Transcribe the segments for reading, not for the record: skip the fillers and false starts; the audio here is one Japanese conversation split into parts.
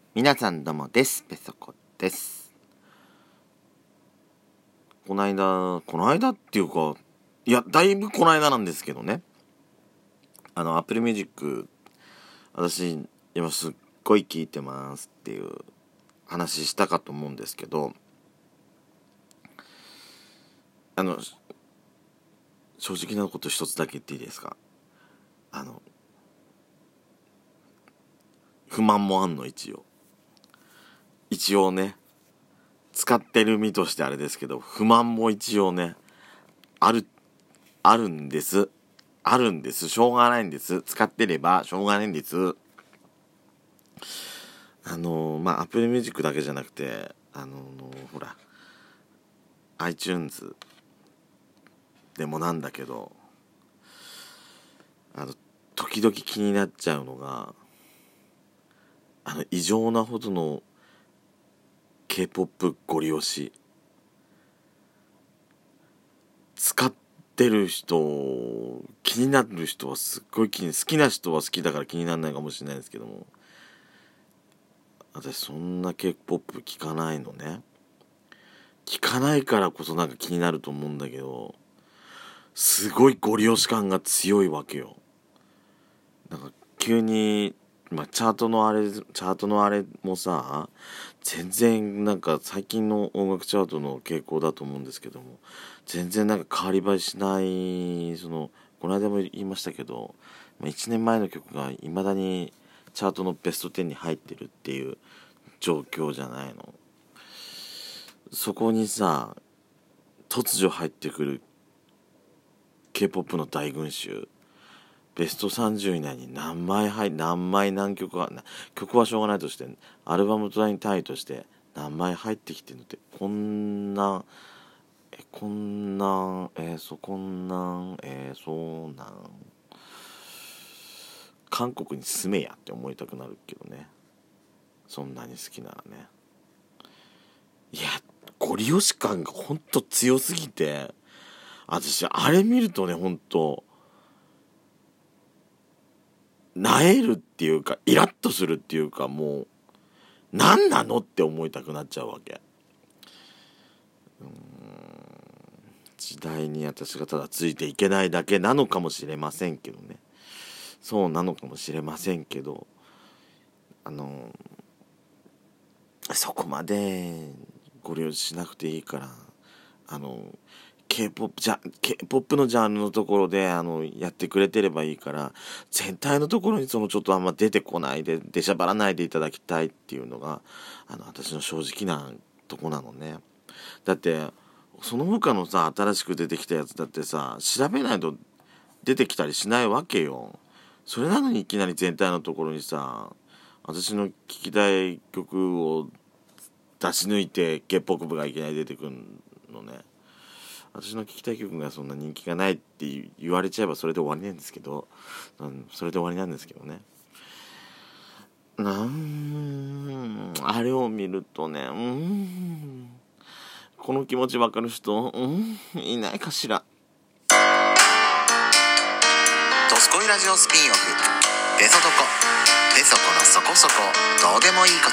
皆さんどうもです。ペソコです。この間っていうか、いや、だいぶこの間なんですけどね。Apple Music、私、今すっごい聴いてますっていう話したかと思うんですけど、正直なこと一つだけ言っていいですか？不満もあんの、一応ね、使ってる身としてあれですけど、不満も一応ね、ある、あるんです。あるんです。しょうがないんです。使ってればしょうがないんです。Apple Music だけじゃなくて、ほら、iTunes でもなんだけど、時々気になっちゃうのが、異常なほどの K-POP ご利用し。使ってる人、気になる人はすっごい好きな人は好きだから気にならないかもしれないですけども、私そんな K-POP 聞かないのね。聞かないからこそなんか気になると思うんだけど、すごいご利用し感が強いわけよ。なんか急に、チャートのあれもさ、全然なんか最近の音楽チャートの傾向だと思うんですけども、全然なんか変わり映えしない、この間も言いましたけど、1年前の曲が未だにチャートのベスト10に入ってるっていう状況じゃないの。そこにさ、突如入ってくる K-POP の大群衆、ベスト30以内に何曲が、曲はしょうがないとして、アルバム単位として何枚入ってきてるのって、こんな、そうなん、韓国に住めやって思いたくなるけどね。そんなに好きならね。いや、ご利用し感がほんと強すぎて、私、あれ見るとね、ほんと、萎えるっていうか、イラッとするっていうか、もう、何なのって思いたくなっちゃうわけ。時代に私がただついていけないだけなのかもしれませんけどね。そうなのかもしれませんけど、そこまでご利用しなくていいから、K-POP のジャンルのところでやってくれてればいいから、全体のところにちょっとあんま出てこないで、出しゃばらないでいただきたいっていうのが私の正直なとこなのね。だってその他のさ、新しく出てきたやつだってさ、調べないと出てきたりしないわけよ。それなのにいきなり全体のところにさ、私の聴きたい曲を出し抜いて K-POP がいきなり出てくるのね。私の聴きたい曲がそんな人気がないって言われちゃえばそれで終わりなんですけど、それで終わりなんですけどね。あれを見るとね、この気持ちわかる人、いないかしら。ドスコイラジオスピンオフ、ペソドコ、ペソコのそこそこどうでもいいこと。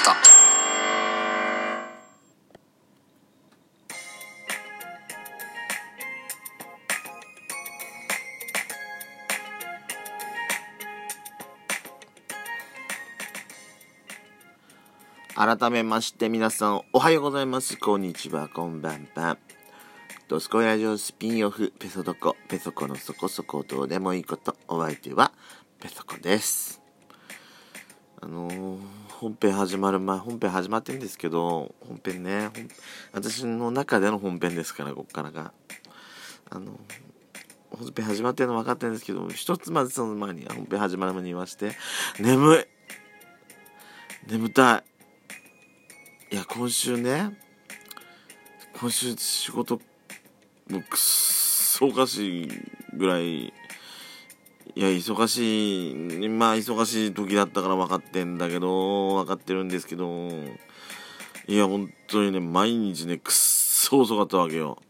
改めまして皆さんおはようございます。こんにちは、こんばんは。ドスコイラジオスピンオフ、ペソドコ、ペソコのそこそこどうでもいいこと。お相手はペソコです。本編始まってるんですけど、私の中での本編ですから、こっからが本編始まってるの分かってるんですけど、一つまずその前に本編始まる前に言わして、眠たい。いや、今週仕事もうくっそおかしいぐらい、いや、忙しい時だったから分かってるんですけど、いや、本当にね、毎日ね、くっそ遅かったわけよ。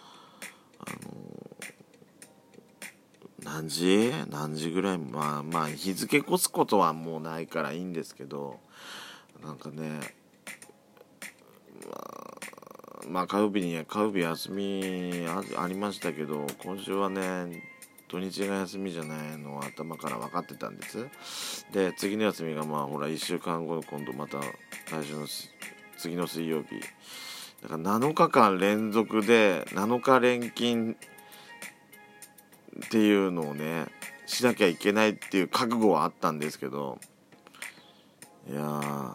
何時ぐらい、日付越すことはもうないからいいんですけど、 なんかね、まあ火曜日休み ありましたけど、今週はね土日が休みじゃないのは頭から分かってたんです。で次の休みがほら1週間後、今度また来週の次の水曜日だから7日間連続で7日連勤っていうのをねしなきゃいけないっていう覚悟はあったんですけど、いやー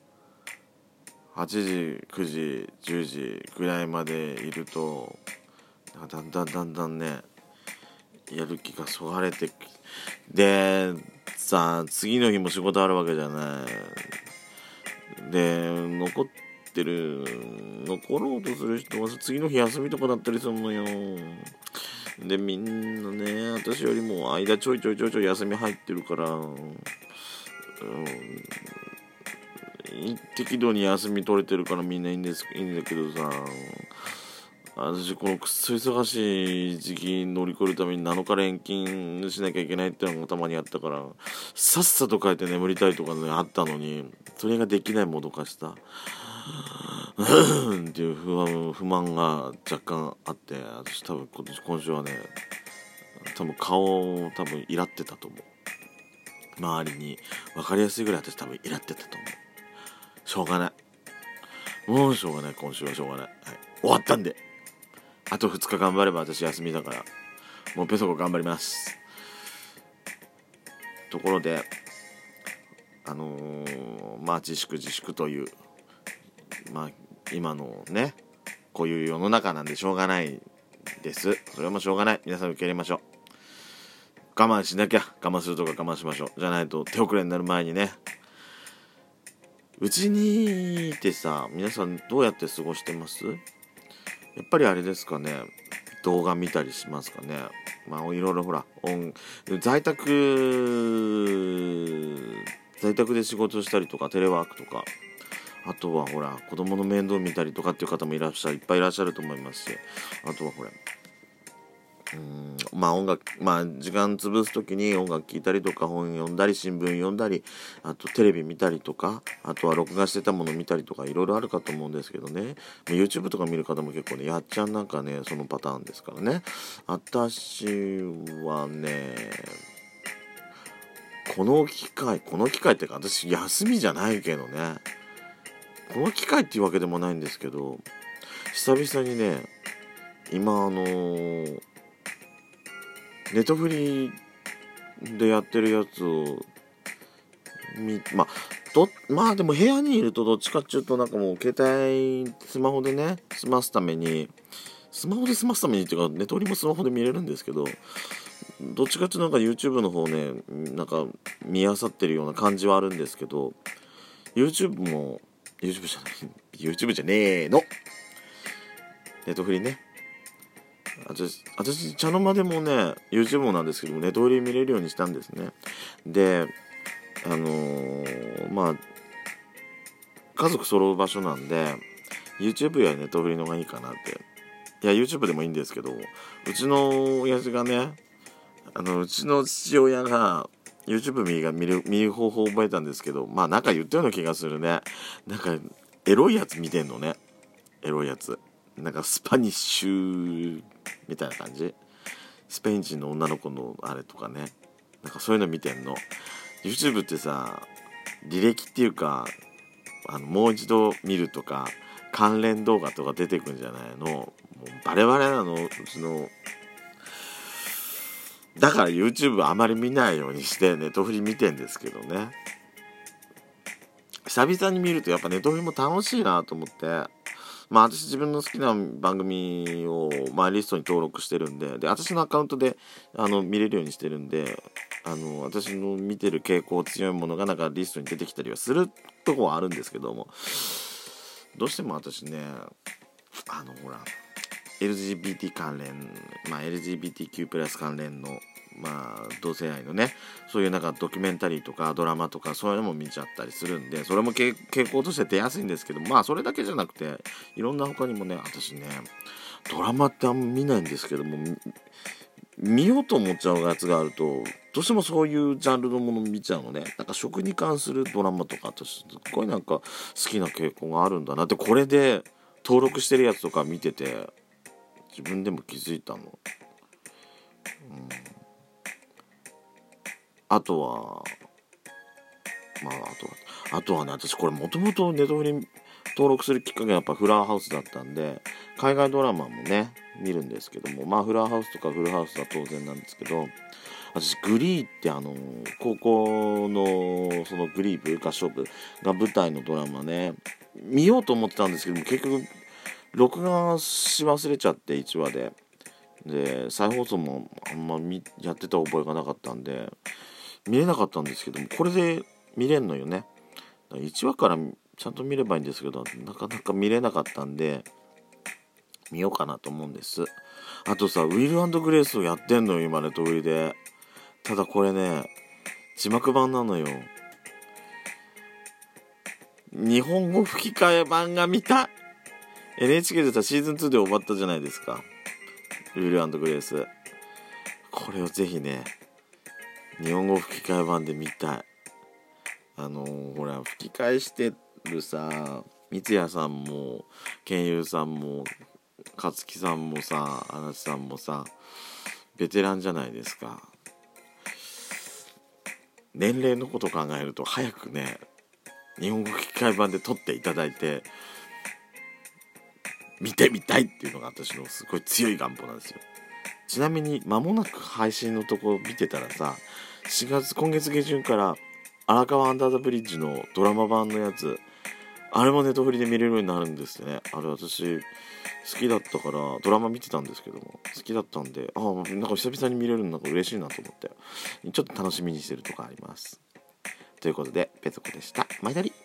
8時9時10時ぐらいまでいるとだんだんねやる気がそがれてでさあ次の日も仕事あるわけじゃないで、残ろうとする人は次の日休みとかだったりするのよ。でみんなね私よりも間ちょい休み入ってるから、適度に休み取れてるからみんないいんだけどさ、私このくっそ忙しい時期乗り越えるために7日連勤しなきゃいけないってのがたまにあったから、さっさと帰って眠りたいとかねあったのに、それができないもどかしたっていう不満が若干あって、私多分今週はね顔イラってたと思う。周りに分かりやすいぐらい私多分イラってたと思う。しょうがない、もうしょうがない、今週はしょうがない、はい、終わったんであと2日頑張れば私休みだからもうペソコ頑張ります。ところで自粛という今のねこういう世の中なんでしょうがないです。それはもうしょうがない、皆さん受け入れましょう。我慢しなきゃ、我慢するとか我慢しましょう。じゃないと手遅れになる前にね。うちにいてさ、皆さんどうやって過ごしてます？やっぱりあれですかね、動画見たりしますかね。いろいろほら在宅で仕事したりとかテレワークとか、あとはほら子供の面倒見たりとかっていう方もいっぱいいらっしゃると思いますし、あとはほら音楽時間潰す時に音楽聴いたりとか本読んだり新聞読んだり、あとテレビ見たりとか、あとは録画してたもの見たりとかいろいろあるかと思うんですけどね、 YouTube とか見る方も結構ねやっちゃんなんかねそのパターンですからね。私はねこの機会っていうか、私休みじゃないけどね、この機会っていうわけでもないんですけど、久々にね今ネトフリでやってるやつをでも部屋にいるとどっちかっていうとなんかもう携帯スマホで済ますためにっていうか、ネトフリもスマホで見れるんですけど、どっちかっていうとなんか YouTube の方ねなんか見漁ってるような感じはあるんですけど、YouTube じゃねえのネトフリね。私茶の間でもね YouTube もなんですけどもネトフリ見れるようにしたんですね。で家族揃う場所なんで YouTube やネトフリの方がいいかなって。いや YouTube でもいいんですけど、うちの親父がねうちの父親が YouTube 見る方法を覚えたんですけど、なんか言ったような気がするね。なんかエロいやつ見てんのね。エロいやつなんかスパニッシュみたいな感じ、スペイン人の女の子のあれとかね、なんかそういうの見てんの。 YouTube ってさ履歴っていうかもう一度見るとか関連動画とか出てくんじゃないの。もうバレバレなのうちの。だから YouTube あまり見ないようにしてネトフリ見てんですけどね。久々に見るとやっぱネトフリも楽しいなと思って、私自分の好きな番組をリストに登録してるんで、私のアカウントで見れるようにしてるんで、私の見てる傾向強いものがなんかリストに出てきたりはするとこはあるんですけども、どうしても私ねほら LGBT 関連、LGBTQ+ 関連の同性愛のねそういうなんかドキュメンタリーとかドラマとかそういうのも見ちゃったりするんで、それも傾向として出やすいんですけど、それだけじゃなくていろんな他にもね、私ねドラマってあんま見ないんですけども見ようと思っちゃうやつがあるとどうしてもそういうジャンルのもの見ちゃうのね。なんか食に関するドラマとか私すっごいなんか好きな傾向があるんだなって、これで登録してるやつとか見てて自分でも気づいたの。あとはあとはね、私これもともとネトフリ登録するきっかけはやっぱフラーハウスだったんで、海外ドラマもね見るんですけども、フラーハウスとかフルハウスは当然なんですけど、私グリーって高校のそのグリー部合唱部が舞台のドラマね見ようと思ってたんですけども、結局録画し忘れちゃって1話で再放送もあんまやってた覚えがなかったんで見れなかったんですけども、これで見れんのよね。1話からちゃんと見ればいいんですけど、なかなか見れなかったんで見ようかなと思うんです。あとさ、ウィル&グレイスをやってんのよ今ネトフリで。ただこれね字幕版なのよ。日本語吹き替え版が見たい。 NHK でさシーズン2で終わったじゃないですか、ウィル&グレイス。これをぜひね日本語吹き替え版で見たい。ほら吹き替えしてるさ三谷さんも健優さんも勝木さんもさ足立さんもさベテランじゃないですか。年齢のこと考えると早くね日本語吹き替え版で撮っていただいて見てみたいっていうのが私のすごい強い願望なんですよ。ちなみに間もなく配信のとこ見てたらさ、今月下旬から荒川アンダーザブリッジのドラマ版のやつ、あれもネットフリで見れるようになるんですね。あれ私好きだったからドラマ見てたんですけども好きだったんで、なんか久々に見れるのなんか嬉しいなと思ってちょっと楽しみにしてるとこあります。ということでペソコでした。マイナリ。